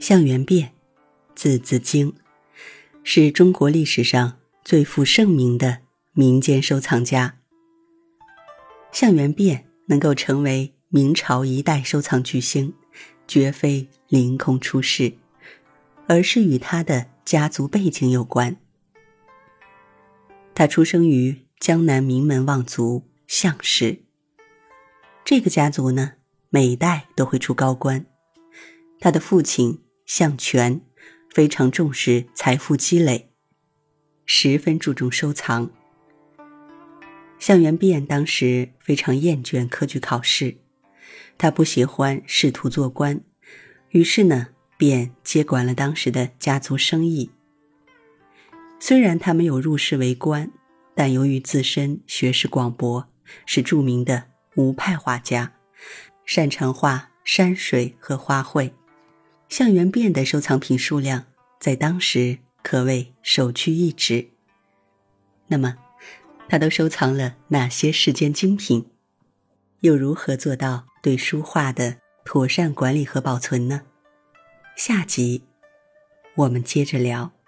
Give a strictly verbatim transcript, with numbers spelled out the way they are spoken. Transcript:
向元汴，字子京，是中国历史上最负盛名的民间收藏家。向元汴能够成为明朝一代收藏巨星，绝非凌空出世，而是与他的家族背景有关。他出生于江南名门望族向氏，这个家族呢，每代都会出高官。他的父亲向全非常重视财富积累，十分注重收藏。向元汴当时非常厌倦科举考试，他不喜欢仕途做官，于是呢，便接管了当时的家族生意。虽然他没有入仕为官，但由于自身学识广博，是著名的吴派画家，擅长画山水和花卉。向元汴的收藏品数量在当时可谓首屈一指。那么他都收藏了哪些世间精品？又如何做到对书画的妥善管理和保存呢？下集我们接着聊。